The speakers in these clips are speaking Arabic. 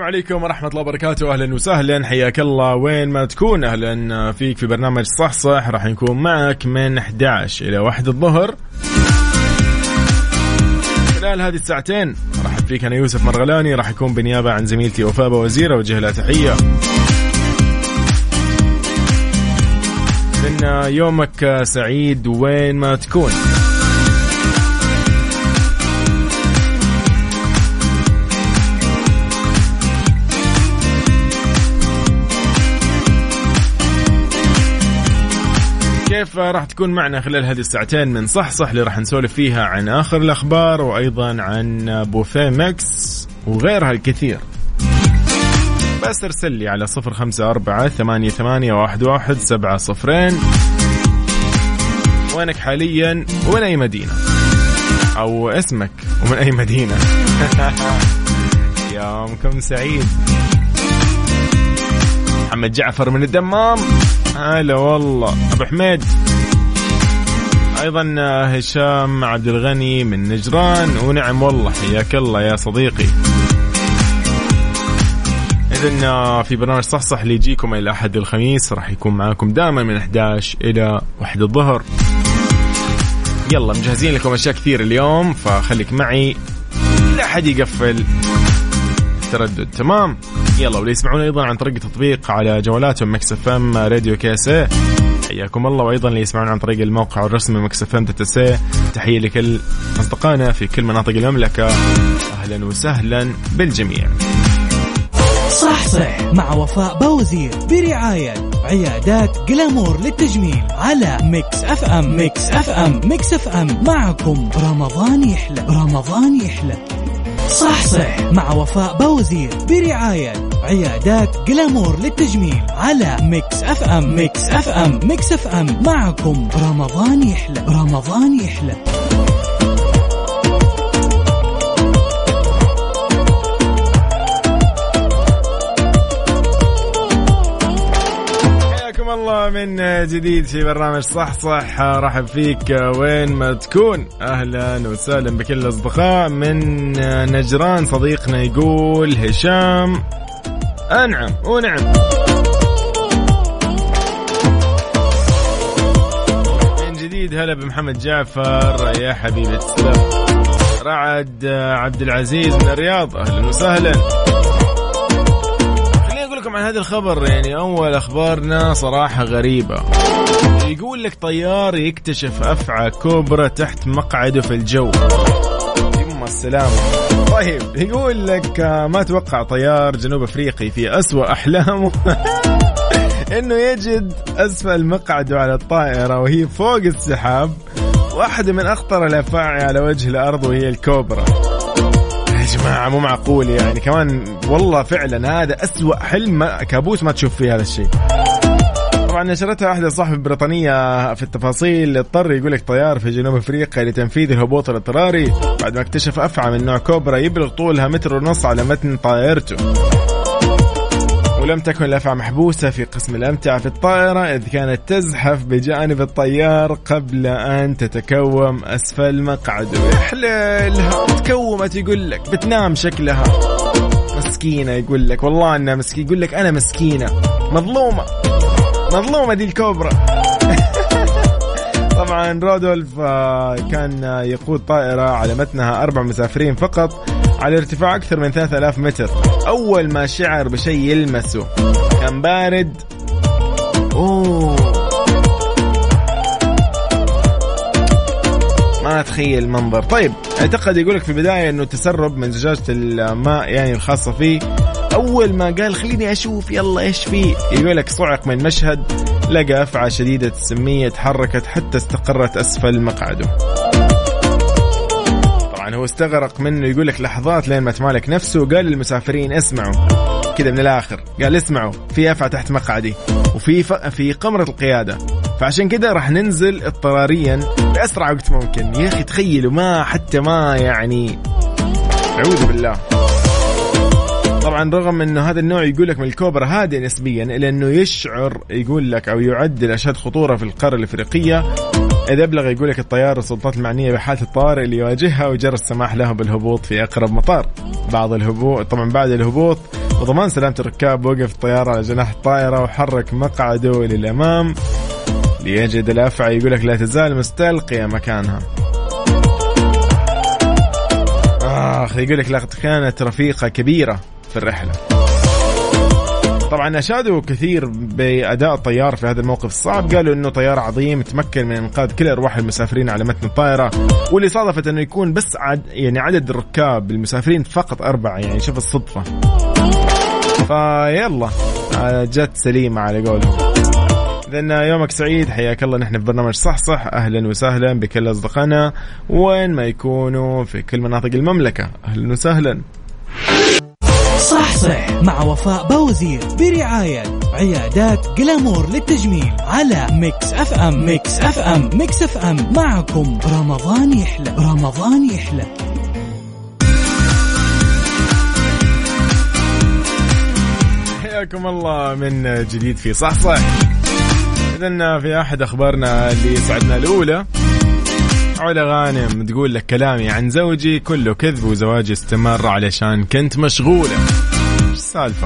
عليكم ورحمة الله وبركاته. أهلا وسهلا، حياك الله وين ما تكون. أهلا فيك في برنامج صح راح نكون معك من 11 إلى 1 الظهر خلال هذه الساعتين. راح فيك أنا يوسف مرغلاني، راح يكون بنيابة عن زميلتي وفاء وزيرة، وجه لها تحية. إن يومك سعيد وين ما تكون. كيف راح تكون معنا خلال هذه الساعتين من صح اللي راح نسولف فيها عن آخر الأخبار، وأيضا عن بوفيه ميكس وغيرها الكثير. بس ارسل لي على 0548811700 وينك حاليا ومن أي مدينة، أو اسمك ومن أي مدينة. يومكم سعيد. محمد جعفر من الدمام، هلا والله. أبو حميد، أيضا هشام عبد الغني من نجران، ونعم والله حياك الله يا صديقي. إذن في برنامج صح اللي يجيكم إلى أحد الخميس راح يكون معاكم دائما من 11 إلى 1 الظهر. يلا مجهزين لكم أشياء كثير اليوم، فخليك معي لا حد يقفل التردد. تمام، يلا. واللي يسمعونا أيضا عن طريق تطبيق على جوالاتهم ميكس اف ام راديو كاسة، حياكم الله. وأيضا اللي يسمعونا عن طريق الموقع الرسمي ميكس اف ام تتسي، تحية لكل أصدقائنا في كل مناطق المملكة. أهلا وسهلا بالجميع. صح مع وفاء بوزير برعاية عيادات جلامور للتجميل على ميكس اف ام. ميكس اف ام، ميكس اف ام معكم. رمضان يحلى، رمضان يحلى. صح مع وفاء بوزير برعاية عيادات جلامور للتجميل على ميكس اف ام. ميكس اف ام، ميكس اف ام معكم. رمضان يحلى، رمضان يحلى. حياكم الله من جديد في برنامج صح رحب فيك وين ما تكون. أهلا وسهلا بكل الأصدقاء. من نجران صديقنا يقول هشام أنعم ونعم. من جديد هلا بمحمد جعفر يا حبيبي السلام. رعد عبد العزيز من الرياض، أهلا وسهلا. عن هذا الخبر، يعني أول أخبارنا صراحة غريبة. يقول لك طيار يكتشف أفعى كوبرا تحت مقعده في الجو. يما السلامة. طيب يقول لك ما توقع طيار جنوب أفريقي في أسوأ أحلامه إنه يجد أسفل مقعده على الطائرة وهي فوق السحاب واحدة من أخطر الأفاعي على وجه الأرض، وهي الكوبرا. يا جماعة مو معقول يعني، كمان والله فعلا هذا أسوأ حلم، كابوس ما تشوف فيه هذا الشيء. طبعا نشرتها واحدة صحفية بريطانية في التفاصيل. اضطر يقول لك طيار في جنوب أفريقيا لتنفيذ الهبوط الاضطراري بعد ما اكتشف أفعى من نوع كوبرا يبلغ طولها 1.5 على متن طائرته. ولم تكن الأفعى محبوسة في قسم الأمتعة في الطائرة، إذ كانت تزحف بجانب الطيار قبل أن تتكوم أسفل مقعده. يحللها تكومت، يقول لك بتنام شكلها مسكينة. يقول لك والله أنها مسكينة، يقول لك أنا مسكينة مظلومة دي الكوبرا. طبعا رودولف كان يقود طائرة على متنها 4 مسافرين فقط على ارتفاع أكثر من 3000 متر. أول ما شعر بشيء يلمسه كان بارد. ما أتخيل المنظر. طيب اعتقد يقولك في البداية أنه تسرب من زجاجة الماء يعني الخاصة فيه. أول ما قال خليني أشوف يلا إيش فيه، يقولك صعق من مشهد، لقى أفعى شديدة السمية تحركت حتى استقرت أسفل مقعده. طبعا هو استغرق منه يقولك لحظات لين ما تمالك نفسه، وقال للمسافرين اسمعوا كده من الآخر، قال اسمعوا في أفعى تحت مقعدي وفي قمرة القيادة، فعشان كده راح ننزل اضطراريا بأسرع وقت ممكن. يا أخي تخيلوا، ما حتى ما يعني أعوذ بالله. طبعا رغم انه هذا النوع يقول لك من الكوبرا هادئ نسبيا، الا انه يشعر يقول لك او يعد الاشد خطوره في القاره الافريقيه اذا ابلغ يقول لك الطيار السلطات المعنيه بحاله الطوارئ اللي يواجهها، وجرى السماح له بالهبوط في اقرب مطار. بعد الهبوط وضمان سلامة الركاب وقف الطيارة على جناح الطائرة وحرك مقعده للأمام ليجد الأفعى. يقولك لا تزال مستلقية مكانها. يقولك لقد كانت رفيقة كبيرة في الرحلة. طبعا أشادوا كثير بأداء الطيار في هذا الموقف الصعب. قالوا أنه طيار عظيم تمكن من إنقاذ كل أرواح المسافرين على متن الطائرة، واللي صادفت أنه يكون بس عدد الركاب المسافرين فقط 4. يعني شوف الصدفة. فيلا جت سليمة على قولهم. إذن يومك سعيد، حياك الله. نحن في برنامج صح أهلا وسهلا بكل أصدقائنا وين ما يكونوا في كل مناطق المملكة. أهلا وسهلا. صح مع وفاء باوزير برعاية عيادات جلامور للتجميل على ميكس اف ام. ميكس اف ام معكم رمضان يحلى. حياكم الله من جديد في صح. إذن في أحد أخبارنا اللي سعدنا الأولى، علا غانم تقول لك كلامي عن زوجي كله كذب وزواجي استمر علشان كنت مشغولة. إيش السالفة؟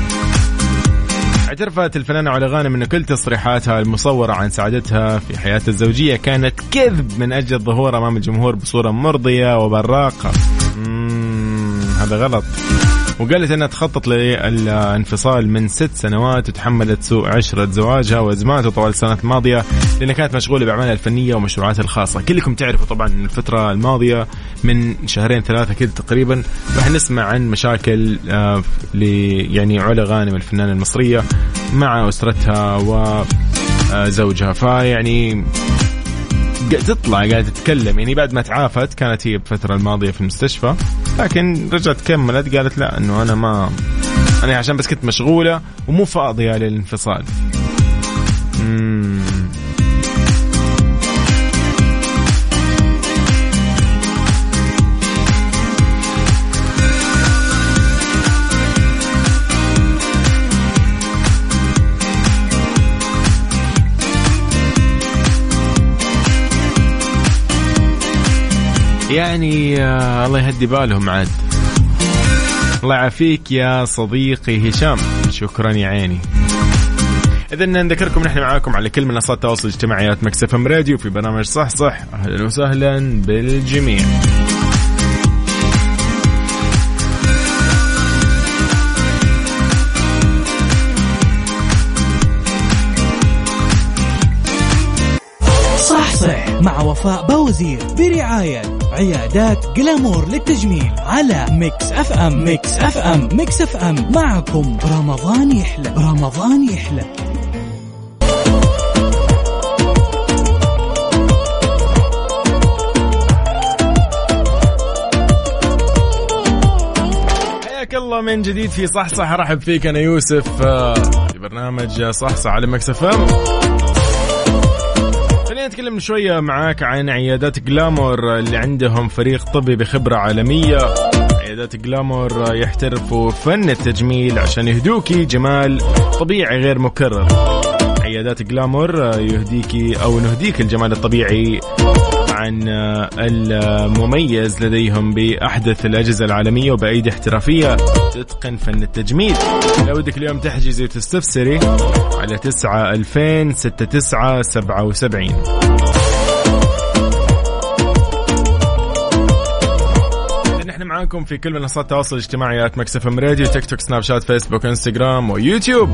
اعترفت الفنانة علا غانم أن كل تصريحاتها المصورة عن سعادتها في حياتها الزوجية كانت كذب من أجل الظهور أمام الجمهور بصورة مرضية وبراقة. هذا غلط. وقالت أنها تخطط للانفصال من 6 سنوات وتحملت سوء عشرة زواجها وأزماته طوال السنوات الماضية لأنها كانت مشغولة بأعمالها الفنية ومشروعاتها الخاصة. كلكم تعرفوا طبعا الفترة الماضية من 2-3 كده تقريبا راح نسمع عن مشاكل يعني علا غانم الفنانة المصرية مع أسرتها وزوجها. فيعني تطلع قاعدة تتكلم يعني بعد ما تعافت. كانت هي بفترة الماضية في المستشفى لكن رجعت كملت قالت لا أنه أنا عشان بس كنت مشغولة ومو فاضية للانفصال. يعني الله يهدي بالهم عاد. الله يعافيك يا صديقي هشام. شكرا يا عيني. إذن نذكركم نحن معاكم على كل منصات التواصل الاجتماعي ميكس اف ام راديو في برنامج صح. أهلا وسهلا بالجميع. صح مع وفاء باوزير برعاية عيادات جلامور للتجميل على ميكس اف ام معكم رمضان يحلى. حياك الله من جديد في صح. رحب فيك أنا يوسف في برنامج صح على ميكس اف ام. خلينا نتكلم شوية معاك عن عيادات جلامور اللي عندهم فريق طبي بخبرة عالمية. عيادات جلامور يحترفوا فن التجميل عشان يهدوكي جمال طبيعي غير مكرر. عيادات جلامور نهديك الجمال الطبيعي عن المميز لديهم بأحدث الأجهزة العالمية وبأيدي احترافية تتقن فن التجميل. لو بدك اليوم تحجزي وتستفسري على 9-2000-6977. نحن معاكم في كل منصات التواصل الاجتماعي ميكس اف ام راديو، تيك توك، سناب شات، فيسبوك، انستغرام ويوتيوب.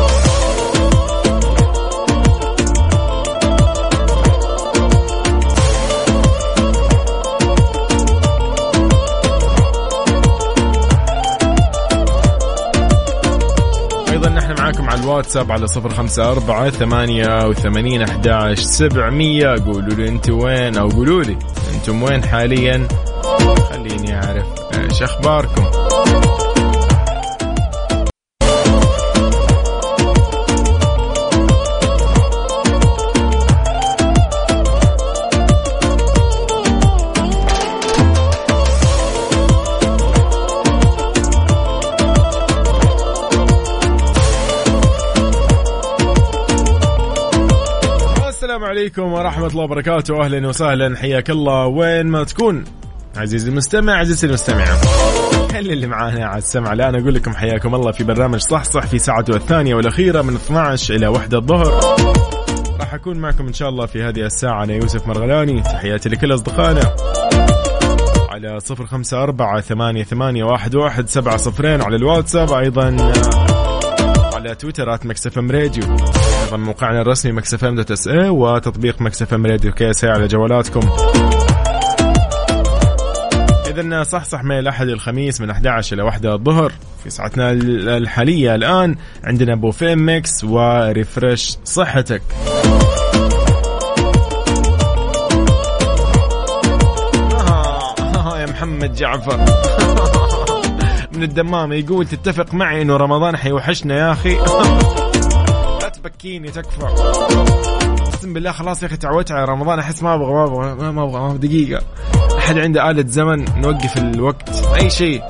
على الواتساب على 0548811700. قولوا لي انتوا وين، او قولوا لي انتم وين حاليا، خليني اعرف ايش اخباركم. السلام عليكم ورحمة الله وبركاته. أهلا وسهلا، حياك الله وين ما تكون عزيزي المستمع، عزيزي المستمعة. كل اللي معانا على السمع. الآن أقول لكم حياكم الله في برنامج صح في ساعته الثانية والأخيرة من 12 إلى 1 الظهر. راح أكون معكم إن شاء الله في هذه الساعة. أنا يوسف مرغلاني، تحياتي لكل أصدقائنا على 0548811700 على الواتساب، أيضا على تويتر @mixfmradio، أيضا موقعنا الرسمي mixfm.sa وتطبيق mixfm radio KSA على جوالاتكم. إذن صح من الأحد الخميس من 11 إلى 1 الظهر في ساعتنا الحالية. الآن عندنا بوفيه ميكس وريفرش صحتك. يا محمد جعفر من الدمام يقول تتفق معي إنه رمضان حيوحشنا يا أخي. لا تبكيني تكفى، أقسم بالله خلاص يا أخي تعودت على رمضان. أحس ما أبغى دقيقة أحد عنده آلة زمن نوقف الوقت أي شيء.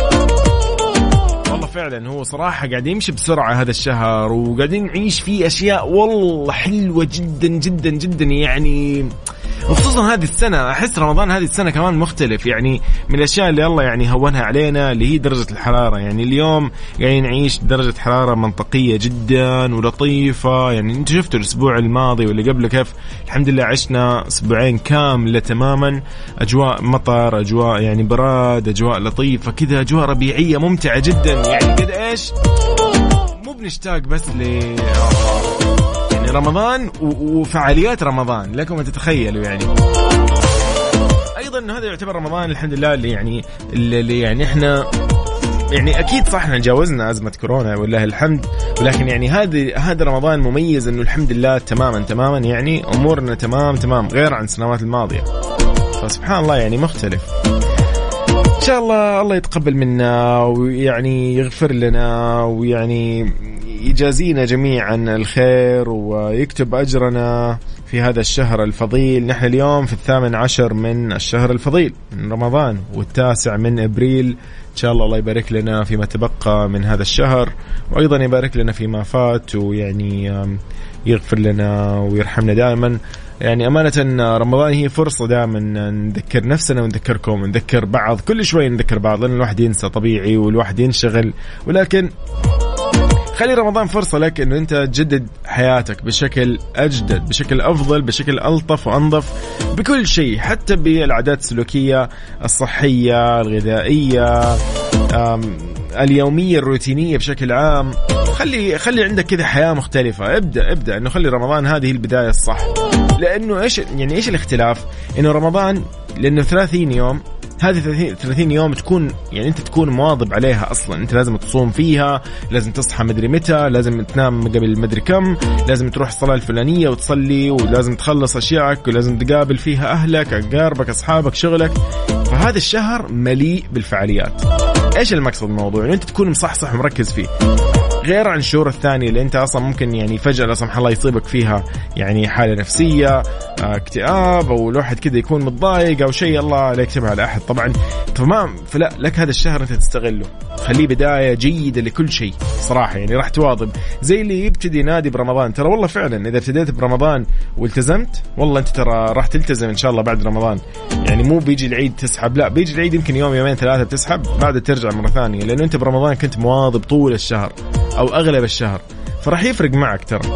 والله فعلا هو صراحة قاعد يمشي بسرعة هذا الشهر، وقاعدين نعيش فيه أشياء والله حلوة جدا جدا جدا يعني، وخصوصا هذه السنة. أحس رمضان هذه السنة كمان مختلف يعني، من الأشياء اللي الله يعني هونها علينا اللي هي درجة الحرارة. يعني اليوم قاعدين نعيش درجة حرارة منطقية جدا ولطيفة. يعني أنت شفتوا الأسبوع الماضي واللي قبله كيف الحمد لله عشنا أسبوعين كاملة تماما، أجواء مطر، أجواء يعني براد، أجواء لطيفة كذا، أجواء ربيعية ممتعة جدا. يعني قد إيش مو بنشتاق بس رمضان وفعاليات رمضان لكم أن تتخيلوا. يعني أيضا هذا يعتبر رمضان الحمد لله اللي يعني إحنا يعني أكيد صح إحنا تجاوزنا أزمة كورونا والله الحمد، ولكن يعني هذا رمضان مميز إنه الحمد لله تماما يعني أمورنا تمام غير عن السنوات الماضية. فسبحان الله يعني مختلف. إن شاء الله يتقبل منا ويعني يغفر لنا ويعني يجازينا جميعا الخير ويكتب أجرنا في هذا الشهر الفضيل. نحن اليوم في 18 من الشهر الفضيل من رمضان، والتاسع من أبريل. إن شاء الله يبارك لنا فيما تبقى من هذا الشهر، وأيضا يبارك لنا فيما فات، ويعني يغفر لنا ويرحمنا دائما. يعني أمانة رمضان هي فرصة دائما نذكر نفسنا ونذكركم ونذكر بعض، كل شوي نذكر بعض، لأن الواحد ينسى طبيعي والواحد ينشغل، ولكن خلي رمضان فرصة لك أنه أنت تجدد حياتك بشكل أجدد، بشكل أفضل، بشكل ألطف وأنظف، بكل شيء، حتى بالعادات السلوكية الصحية الغذائية اليومية الروتينية بشكل عام. خلي عندك كذا حياة مختلفة. ابدأ أنه خلي رمضان هذه البداية الصح. لأنه إيش الاختلاف؟ إنه رمضان لأنه 30 يوم، هذه 30 يوم تكون يعني أنت تكون مواظب عليها أصلا. أنت لازم تصوم فيها، لازم تصحى مدري متى، لازم تنام قبل مدري كم، لازم تروح الصلاة الفلانية وتصلي، ولازم تخلص أشيائك، ولازم تقابل فيها أهلك، أقاربك، أصحابك، شغلك. فهذا الشهر مليء بالفعاليات. إيش المقصد الموضوع؟ يعني أنت تكون مصحصح ومركز فيه، غير عن الشهور الثانية اللي أنت أصلا ممكن يعني فجأة لا سمح الله يصيبك فيها يعني حالة نفسية، اكتئاب، أو الواحد كده يكون متضايق أو شيء، الله لا يكتبها على أحد طبعا. تمام، فلا لك هذا الشهر أنت تستغله، خليه بداية جيدة لكل شيء صراحة. يعني راح تواظب زي اللي يبتدي نادي برمضان. ترى والله فعلا إذا ابتديت برمضان والتزمت، والله أنت ترى راح تلتزم إن شاء الله بعد رمضان. يعني مو بيجي العيد تسحب، لا بيجي العيد يمكن يوم يومين ثلاثة بتسحب، بعد ترجع مرة ثانية، لأنه أنت برمضان كنت مواظب طول الشهر أو أغلب الشهر، فراح يفرق معك ترى.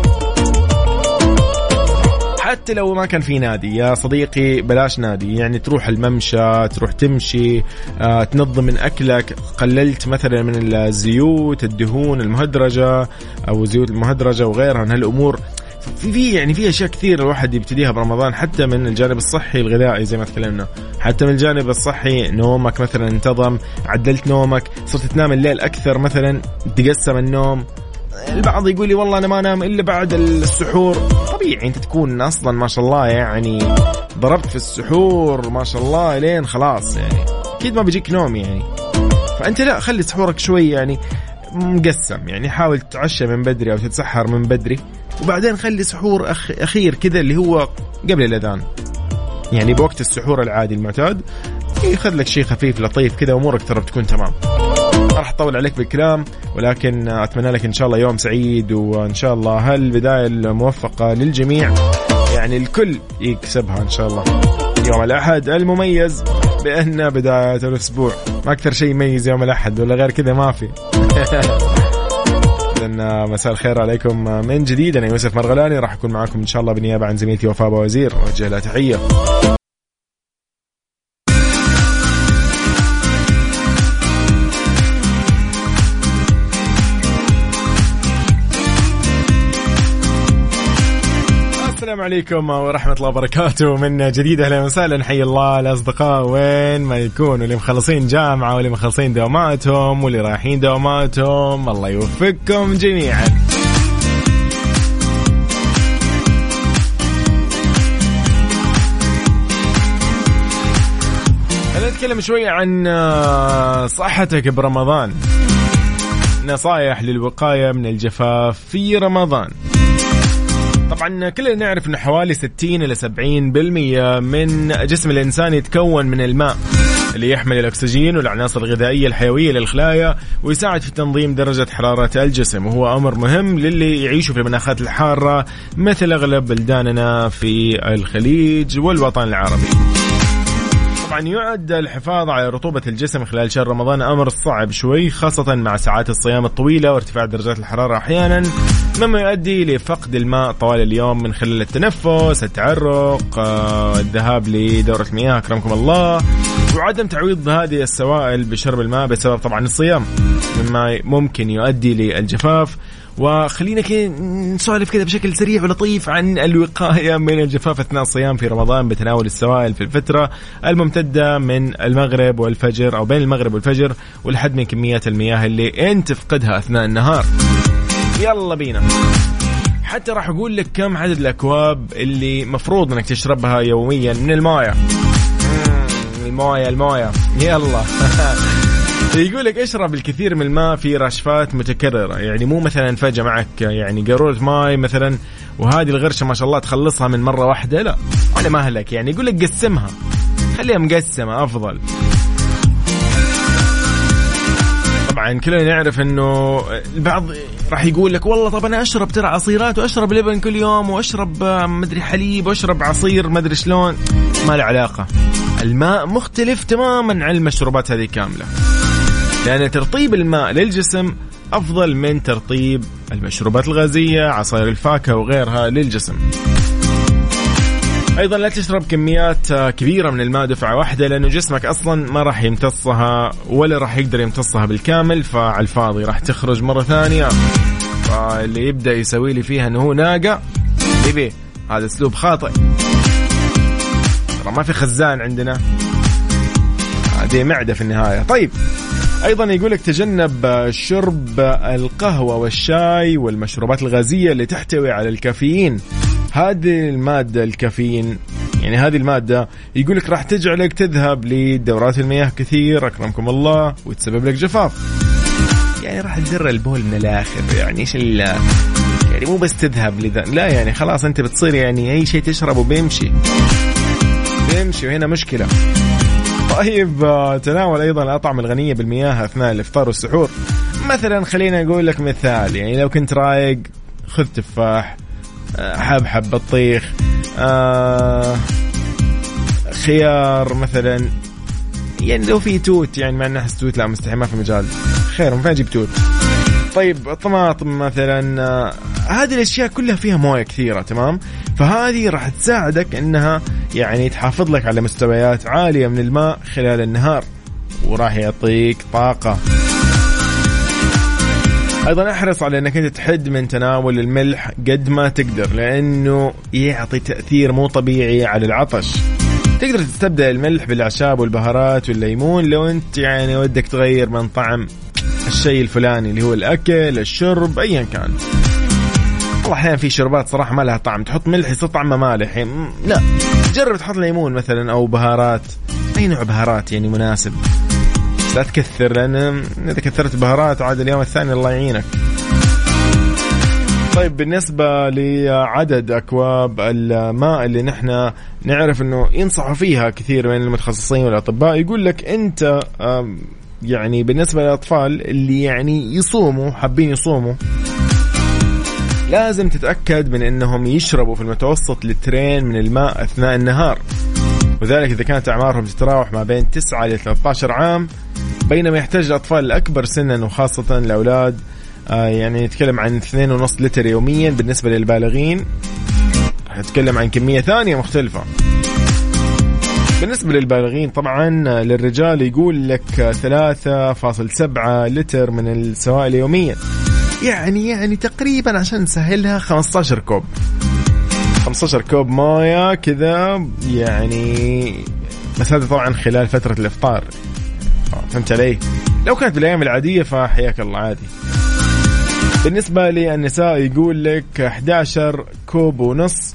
حتى لو ما كان في نادي يا صديقي بلاش نادي، يعني تروح الممشى، تروح تمشي، تنظم من أكلك، قللت مثلا من الزيوت الدهون المهدرجة أو زيوت المهدرجة وغيرها من هالأمور. يعني في أشياء كثير الواحد يبتديها برمضان، حتى من الجانب الصحي الغذائي زي ما تكلمنا، حتى من الجانب الصحي نومك مثلا انتظم، عدلت نومك، صرت تنام الليل أكثر مثلا، تقسم النوم. البعض يقول لي والله أنا ما أنام إلا بعد السحور. طبيعي أنت تكون أصلا ما شاء الله يعني ضربت في السحور ما شاء الله لين خلاص، يعني أكيد ما بيجيك نوم يعني. فأنت لا، خلي سحورك شوي يعني مقسم، يعني حاول تتعشى من بدري أو تتسحر من بدري، وبعدين خلي سحور أخير كذا اللي هو قبل الأذان، يعني بوقت السحور العادي المعتاد ياخذ لك شيء خفيف لطيف كذا، أمورك ترى بتكون تمام. راح أطول عليك بالكلام، ولكن أتمنى لك إن شاء الله يوم سعيد، وإن شاء الله هالبداية الموفقة للجميع، يعني الكل يكسبها إن شاء الله. يوم الأحد المميز لأن بداية الأسبوع ما أكثر شيء يميز يوم الأحد ولا غير كذا ما في. لأن مساء الخير عليكم من جديد. أنا يوسف مرغلاني راح أكون معكم إن شاء الله بالنيابة عن زميلتي وفاء وزير، وجه لها تحية. السلام عليكم ورحمة الله وبركاته من جديد. أهلا وسهلا، حي الله الأصدقاء وين ما يكونوا، اللي مخلصين جامعة واللي مخلصين دواماتهم واللي رايحين دواماتهم، الله يوفقكم جميعا. نتكلم شوية عن صحتك برمضان، نصائح للوقاية من الجفاف في رمضان. طبعا كلنا نعرف أنه حوالي 60 إلى 70% من جسم الإنسان يتكون من الماء اللي يحمل الأكسجين والعناصر الغذائية الحيوية للخلايا ويساعد في تنظيم درجة حرارة الجسم، وهو أمر مهم للي يعيشوا في المناخات الحارة مثل أغلب بلداننا في الخليج والوطن العربي. طبعا يعد الحفاظ على رطوبة الجسم خلال شهر رمضان أمر صعب شوي، خاصة مع ساعات الصيام الطويلة وارتفاع درجات الحرارة أحيانا، مما يؤدي لفقد الماء طوال اليوم من خلال التنفس، التعرق، الذهاب لدورة المياه أكرمكم الله، وعدم تعويض هذه السوائل بشرب الماء بسبب طبعا الصيام، مما ممكن يؤدي للجفاف. وخلينا كده نسولف كده بشكل سريع ولطيف عن الوقاية من الجفاف أثناء الصيام في رمضان بتناول السوائل في الفترة الممتدة من المغرب والفجر أو بين المغرب والفجر، والحد من كميات المياه اللي أنت تفقدها أثناء النهار. يلا بينا، حتى راح أقول لك كم عدد الأكواب اللي مفروض أنك تشربها يوميا من الموية. الموية يلا. يقول لك اشرب الكثير من الماء في رشفات متكررة، يعني مو مثلا فجأة معك يعني قارورة ماء مثلا وهذه الغرشة ما شاء الله تخلصها من مرة واحدة، لا على مهلك، يعني يقول لك قسمها، خليها مقسمة أفضل. طبعا كلنا نعرف انه البعض راح يقول لك والله طب انا اشرب ترى عصيرات واشرب لبن كل يوم واشرب مدري حليب واشرب عصير مدري شلون، ما له علاقة. الماء مختلف تماما عن المشروبات هذه كاملة، لأن ترطيب الماء للجسم أفضل من ترطيب المشروبات الغازية، عصائر الفاكهة وغيرها للجسم. أيضا لا تشرب كميات كبيرة من الماء دفعة واحدة، لأنه جسمك أصلا ما راح يمتصها ولا راح يقدر يمتصها بالكامل، فعلى الفاضي راح تخرج مرة ثانية. فاللي يبدأ يسوي لي فيها أنه هو ناقة بيبي، هذا أسلوب خاطئ، ما في خزان عندنا، هذه معدة في النهاية. طيب أيضا يقولك تجنب شرب القهوة والشاي والمشروبات الغازية اللي تحتوي على الكافيين. هذه المادة الكافيين، يعني هذه المادة يقولك راح تجعلك تذهب لدورات المياه كثير أكرمكم الله وتسبب لك جفاف، يعني راح تدر البول من الآخر، يعني إيش يعني مو بس تذهب لذا، لا يعني خلاص أنت بتصير يعني أي شيء تشربه بيمشي، وهنا مشكلة. طيب تناول أيضا الأطعمة الغنية بالمياه أثناء الإفطار والسحور. مثلا خلينا أقول لك مثال، يعني لو كنت رايق خذ تفاح، حبحب، بطيخ، خيار مثلا، يعني لو في توت، يعني ما نحس توت لا مستحيل ما في مجال، خير من فين أجيب توت. طيب طماطم مثلا، هذه الأشياء كلها فيها موية كثيرة، تمام؟ فهذه راح تساعدك أنها يعني تحافظ لك على مستويات عالية من الماء خلال النهار، وراح يعطيك طاقة. أيضا احرص على أنك أنت تحد من تناول الملح قد ما تقدر، لأنه يعطي تأثير مو طبيعي على العطش. تقدر تستبدل الملح بالأعشاب والبهارات والليمون لو أنت يعني ودك تغير من طعم الشيء الفلاني اللي هو الأكل، الشرب، أيا كان. والله أحيانا في شربات صراحة ما لها طعم، تحط ملح يصير طعمه مالح، يعني لا، جرب تحط ليمون مثلا أو بهارات، أي نوع بهارات يعني مناسب، لا تكثر، لأن إذا كثرت بهارات عاد اليوم الثاني الله يعينك. طيب بالنسبة لعدد أكواب الماء اللي نحن نعرف أنه ينصحوا فيها كثير من المتخصصين والأطباء، يقول لك أنت يعني بالنسبة للأطفال اللي يعني يصوموا، حابين يصوموا، لازم تتأكد من أنهم يشربوا في المتوسط لترين من الماء أثناء النهار. وذلك إذا كانت أعمارهم تتراوح ما بين 9 إلى 13 عام، بينما يحتاج الأطفال الأكبر سنا وخاصة الأولاد يعني نتكلم عن 2.5 لتر يوميا. بالنسبة للبالغين نتكلم عن كمية ثانية مختلفة. بالنسبة للبالغين طبعا للرجال يقول لك 3.7 لتر من السوائل يوميا، يعني تقريبا عشان نسهلها 15 كوب 15 كوب موية كذا يعني، بس هذا طبعا خلال فترة الإفطار. فهمت علي؟ لو كانت بالأيام العادية فحياك الله عادي. بالنسبة للنساء يقول لك 11 كوب ونص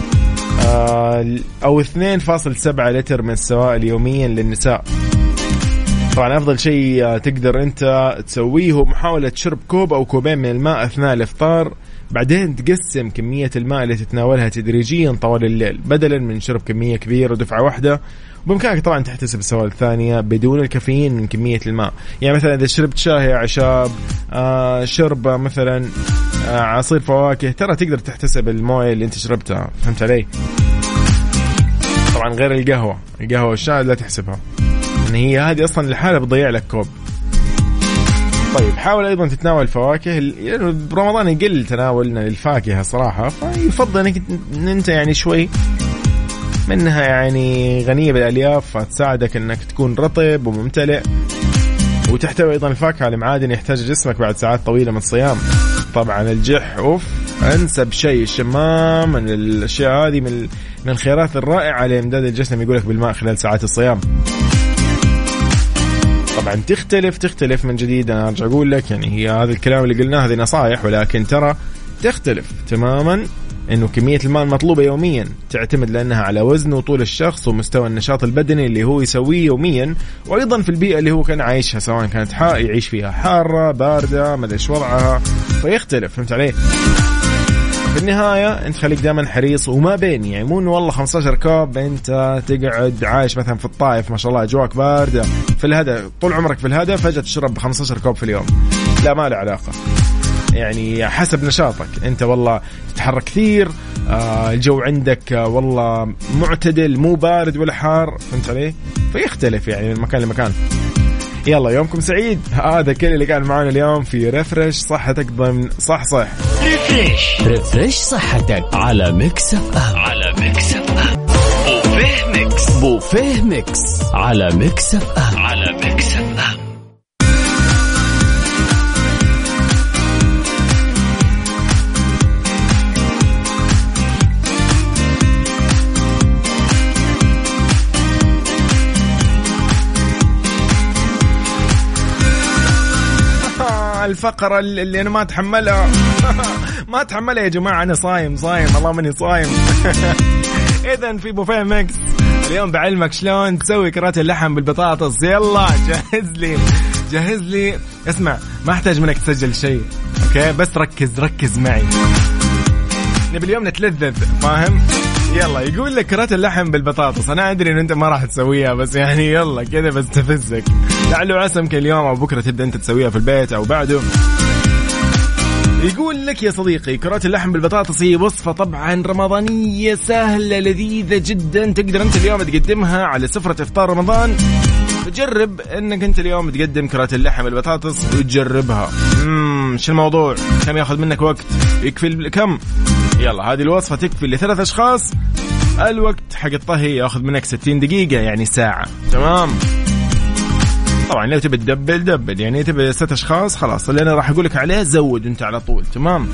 أو 2.7 لتر من السوائل يوميا للنساء. طبعا أفضل شيء تقدر أنت تسويه هو محاولة شرب كوب أو كوبين من الماء أثناء الإفطار، بعدين تقسم كمية الماء اللي تتناولها تدريجيا طوال الليل بدلا من شرب كمية كبيرة ودفعة واحدة. وبإمكانك طبعا تحتسب السوائل الثانية بدون الكافيين من كمية الماء. يعني مثلا إذا شربت شاي أعشاب، شرب مثلا عصير فواكه، ترى تقدر تحتسب الموية اللي أنت شربتها. فهمت علي؟ طبعا غير القهوة والشاي لا تحسبها، إن هي هذه أصلا الحالة بتضيع لك كوب. طيب حاول أيضا تتناول فواكه، يعني برمضان يقل تناولنا للفاكهة صراحة، فيفضل إنك أنت يعني شوي منها يعني غنية بالألياف، فتساعدك إنك تكون رطب وممتلئ، وتحتوي أيضا الفاكهة على معادن يحتاج جسمك بعد ساعات طويلة من الصيام. طبعا الجح أنسب شيء، الشمام من الأشياء هذه من الخيارات الرائعة لإمداد الجسم يقولك بالماء خلال ساعات الصيام. طبعا تختلف من جديد. أنا أرجع أقول لك يعني هي هذا الكلام اللي قلناه هذه نصائح، ولكن ترى تختلف تماما إنه كمية الماء المطلوبة يوميا تعتمد لأنها على وزن وطول الشخص ومستوى النشاط البدني اللي هو يسويه يوميا، وأيضا في البيئة اللي هو كان عايشها، سواء كانت يعيش فيها حارة باردة ما أدري إيش وضعها، فيختلف. فهمت عليه؟ في النهاية أنت خليك دائما حريص وما بين، يعني مو إنه والله 15 كوب أنت تقعد عايش مثلا في الطائف ما شاء الله أجواك باردة في الهدى طول عمرك في الهدى، فجأة تشرب 15 كوب في اليوم، لا ما له علاقة. يعني حسب نشاطك أنت، والله تتحرك كثير، الجو عندك والله معتدل مو بارد ولا حار، فهمت عليه؟ فيختلف يعني من مكان لمكان. يلا يومكم سعيد. هذا كل اللي كان معنا اليوم في ريفرش صحتك ضمن صح ريفرش صحتك على ميكس اف ام. بوفيه ميكس على ميكس اف ام. الفقرة اللي أنا ما أتحملها ما أتحملها يا جماعة، أنا صايم الله مني صايم. إذن في بوفيه ميكس اليوم بعلمك شلون تسوي كرات اللحم بالبطاطس. يلا جهز لي اسمع، ما أحتاج منك تسجل شيء، أوكي؟ بس ركز معي، نبي اليوم نتلذذ، فاهم؟ يلا يقول لك كرات اللحم بالبطاطس. أنا أدري إن أنت ما راح تسويها، بس يعني يلا كذا بستفزك، لعله عسى يمكن اليوم أو بكرة تبدأ أنت تسويها في البيت أو بعده. يقول لك يا صديقي كرات اللحم بالبطاطس هي وصفة طبعا رمضانية سهلة لذيذة جدا، تقدر أنت اليوم تقدمها على سفرة إفطار رمضان. جرب أنك أنت اليوم تقدم كرات اللحم بالبطاطس وتجربها. شو الموضوع؟ كم يأخذ منك وقت؟ يكفي كم؟ يلا هذه الوصفة تكفي ل3 أشخاص. الوقت حق الطهي يأخذ منك 60 دقيقة، يعني ساعة. تمام. طبعا لو تبي تدبل يعني تبي 6 أشخاص خلاص اللي أنا راح أقولك عليه زود أنت على طول. تمام.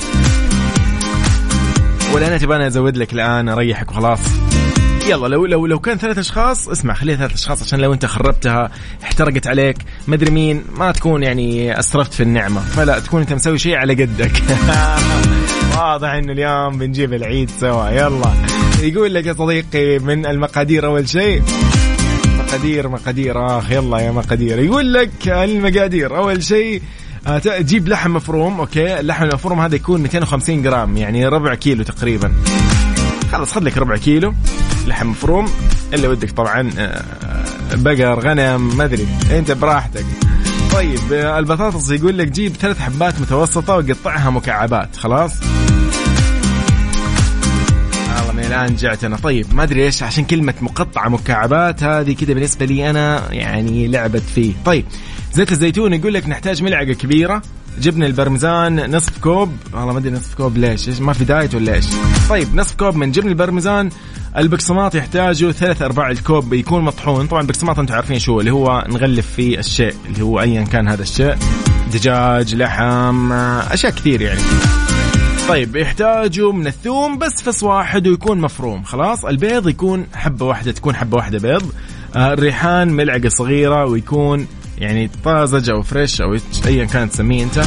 ولا أنا تبغى أنا أزود لك الآن أريحك وخلاص. يلا لو كان 3 أشخاص اسمع خليها 3 أشخاص، عشان لو أنت خربتها احترقت عليك مدري مين ما تكون يعني أسرفت في النعمة، فلا تكون أنت مسوي شيء على قدك. واضح إنه اليوم بنجيب العيد سوا. يلا يقول لك يا صديقي من المقادير أول شيء مقادير يلا يا مقادير. يقول لك المقادير أول شيء تجيب لحم مفروم. أوكي، اللحم المفروم هذا يكون 250 جرام، يعني ربع كيلو تقريبا. خلاص خذ لك ربع كيلو لحم مفروم، اللي ودك طبعا بقر غنم ما أدري أنت براحتك. طيب البطاطس يقول لك جيب 3 حبات متوسطة وقطعها مكعبات. خلاص والله من الآن جعت أنا. طيب ما أدري إيش، عشان كلمة مقطعة مكعبات هذه كده بالنسبة لي أنا يعني لعبت فيه. طيب زيت الزيتون يقول لك نحتاج ملعقة كبيرة، جبن البرمزان نصف كوب، والله ما أدري نصف كوب ليش ما في دايت ولا إيش. طيب نصف كوب من جبن البرمزان. البقسماط يحتاجوا 3/4 الكوب يكون مطحون. طبعا البقسماط أنتم عارفين شو اللي هو نغلف فيه الشيء اللي هو أيا كان هذا الشيء، دجاج، لحم، أشياء كثير يعني. طيب يحتاجوا من الثوم بس فص واحد ويكون مفروم. خلاص البيض يكون حبة واحدة، تكون حبة واحدة بيض. الريحان ملعقة صغيرة ويكون يعني طازج أو فريش أو أيا كان تسميه أنت.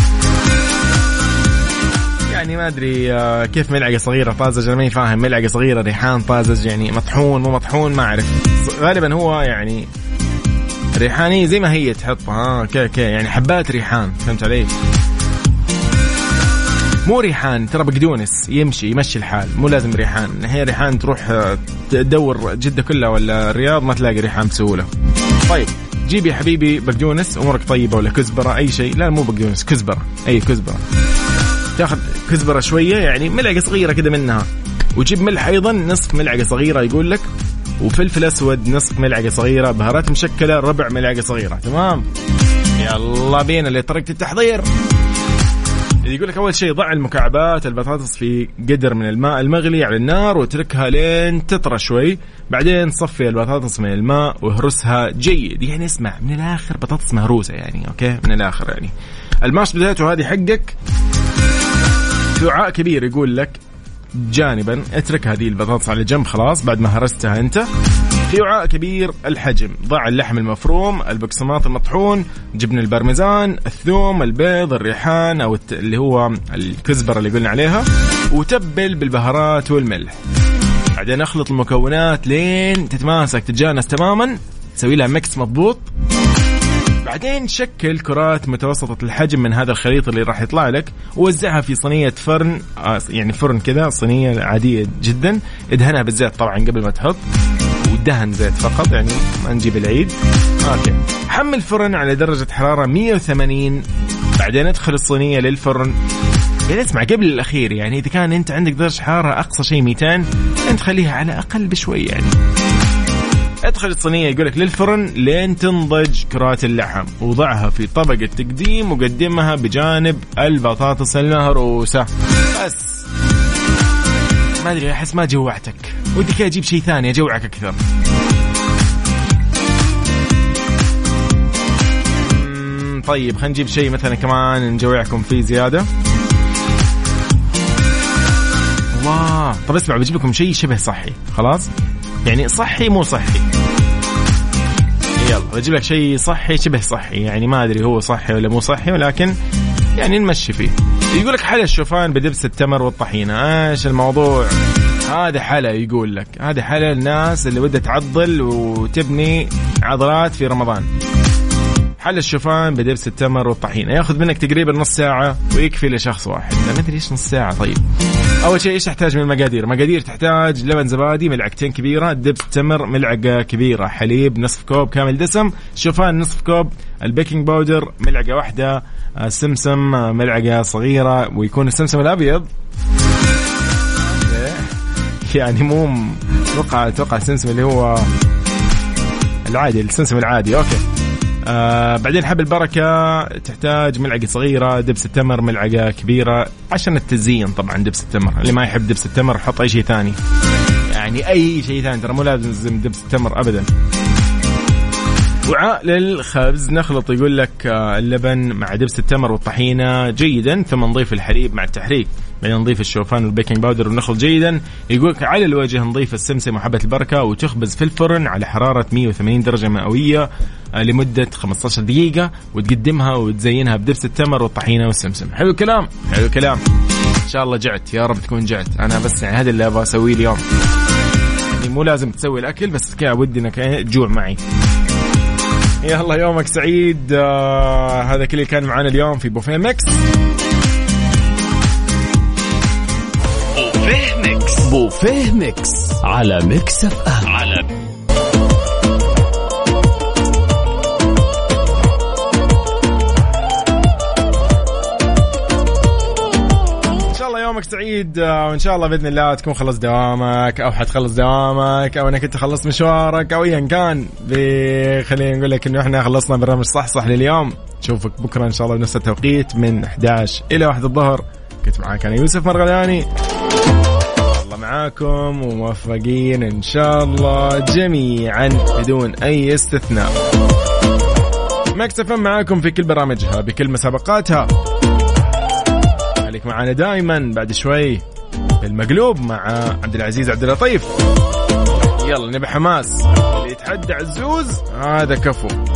يعني ما أدري كيف ملعقة صغيرة طازج، أنا ماني فاهم. ملعقة صغيرة ريحان طازج يعني مطحون مو مطحون ما أعرف. غالبا هو يعني ريحاني زي ما هي تحطها كي يعني حبات ريحان، فهمت علي؟ مو ريحان ترى، بقدونس يمشي الحال، مو لازم ريحان. هي ريحان تروح تدور جدة كلها ولا الرياض ما تلاقي ريحان بسهولة. طيب جيب يا حبيبي بقدونس، أمورك طيبة، ولا كزبرة أي شيء. لا مو بقدونس، كزبرة، أي كزبرة. تاخذ كزبرة شوية يعني ملعقة صغيرة كده منها. وجيب ملح أيضا نصف ملعقة صغيرة يقول لك، وفلفل أسود نصف ملعقة صغيرة، بهارات مشكلة ربع ملعقة صغيرة. تمام، يلا بينا لطريقة التحضير. يقول لك أول شيء ضع المكعبات البطاطس في قدر من الماء المغلي على النار وتركها لين تطرى شوي. بعدين صفي البطاطس من الماء وهرسها جيد. يعني اسمع من الآخر، بطاطس مهروسة يعني، أوكي من الآخر يعني. الماش بتاعته هذه حقك في وعاء كبير يقول لك جانبا، اترك هذه البطاطس على جنب خلاص بعد ما هرستها انت. في وعاء كبير الحجم ضع اللحم المفروم، البقسماط المطحون، جبن البرمزان، الثوم، البيض، الريحان او اللي هو الكزبرة اللي قلنا عليها، وتبل بالبهارات والملح. بعدين اخلط المكونات لين تتماسك تتجانس تماما، سوي لها ميكس مضبوط. بعدين شكل كرات متوسطة الحجم من هذا الخليط اللي راح يطلع لك، ووزعها في صينية فرن، يعني فرن كذا، صينية عادية جدا. ادهنها بالزيت طبعا قبل ما تحط، ودهن زيت فقط يعني ما نجيب العيد. اوكي، حمل الفرن على درجة حرارة 180. بعدين ادخل الصينية للفرن، يعني اسمع قبل الأخير، يعني إذا كان أنت عندك درجة حرارة أقصى شيء 200 أنت خليها على أقل بشوي يعني. ادخل الصينية يقولك للفرن لين تنضج كرات اللحم، وضعها في طبق التقديم وقدمها بجانب البطاطس المهروسة. بس ما أدري، أحس ما جوعتك، ودي كي أجيب شيء ثاني أجوعك أكثر. طيب خلينا نجيب شيء مثلا كمان نجوعكم فيه زيادة. الله، طب اسمع بجيب لكم شيء شبه صحي. خلاص يعني صحي مو صحي، يلا بجيب لك شيء صحي شبه صحي، يعني ما أدري هو صحي ولا مو صحي، ولكن يعني نمشي فيه. يقولك حلا الشوفان بدبس التمر والطحينة. ايش الموضوع؟ هذا حلا، يقول لك هذا حلا الناس اللي بدها تعضل وتبني عضلات في رمضان. حل الشوفان بدبس التمر والطحينة ياخذ منك تقريبا نص ساعة ويكفي لشخص واحد. ما أدري إيش نص ساعة. طيب أول شيء إيش تحتاج من المقادير؟ مقادير تحتاج لبن زبادي ملعقتين كبيرة، دبس تمر ملعقة كبيرة، حليب نصف كوب كامل دسم، شوفان نصف كوب، البيكنج باودر ملعقة واحدة، سمسم ملعقة صغيرة، ويكون السمسم الأبيض يعني مو توقع السمسم اللي هو العادي، السمسم العادي. أوكي. بعدين حب البركة تحتاج ملعقة صغيرة، دبس التمر ملعقة كبيرة عشان التزيين. طبعا دبس التمر، اللي ما يحب دبس التمر حط أي شيء ثاني، يعني أي شيء ثاني، ترى مو لازم دبس التمر أبدا. وعاء للخبز نخلط يقول لك اللبن مع دبس التمر والطحينة جيدا، ثم نضيف الحليب مع التحريك، بعدين نضيف الشوفان والبيكنج باودر ونخلط جيدا. يقولك على الوجه نضيف السمسم وحبة البركة وتخبز في الفرن على حرارة 180 درجة مئوية لمدة 15 دقيقة، وتقدمها وتزينها بدبس التمر والطحينة والسمسم. حلو الكلام، حلو الكلام. إن شاء الله جعت، يا رب تكون جعت. أنا بس يعني هذا اللي أبغى أسويه اليوم، يعني مو لازم تسوي الأكل، بس كده ودي إنك تجوع معي. يلا يومك سعيد. هذا كل اللي كان معنا اليوم في بوفيه ميكس. بوفيه ميكس على ميكس اف ام. سعيد، وإن شاء الله بإذن الله تكون خلص دوامك أو حتخلص دوامك أو أنك أنت خلصت مشوارك أو أيا كان. خلينا نقول لك إنه إحنا خلصنا برنامج صح لليوم. نشوفك بكرة إن شاء الله بنفس التوقيت من 11 إلى 1 الظهر. كنت معاك أنا يوسف مرغلاني، الله معاكم وموفقين إن شاء الله جميعا بدون أي استثناء. ميكس اف ام معاكم في كل برامجها بكل مسابقاتها. خليك معنا دائما. بعد شوي المقلوب مع عبد العزيز عبد اللطيف. يلا نبي حماس، اللي يتحدى عزوز هذا كفو.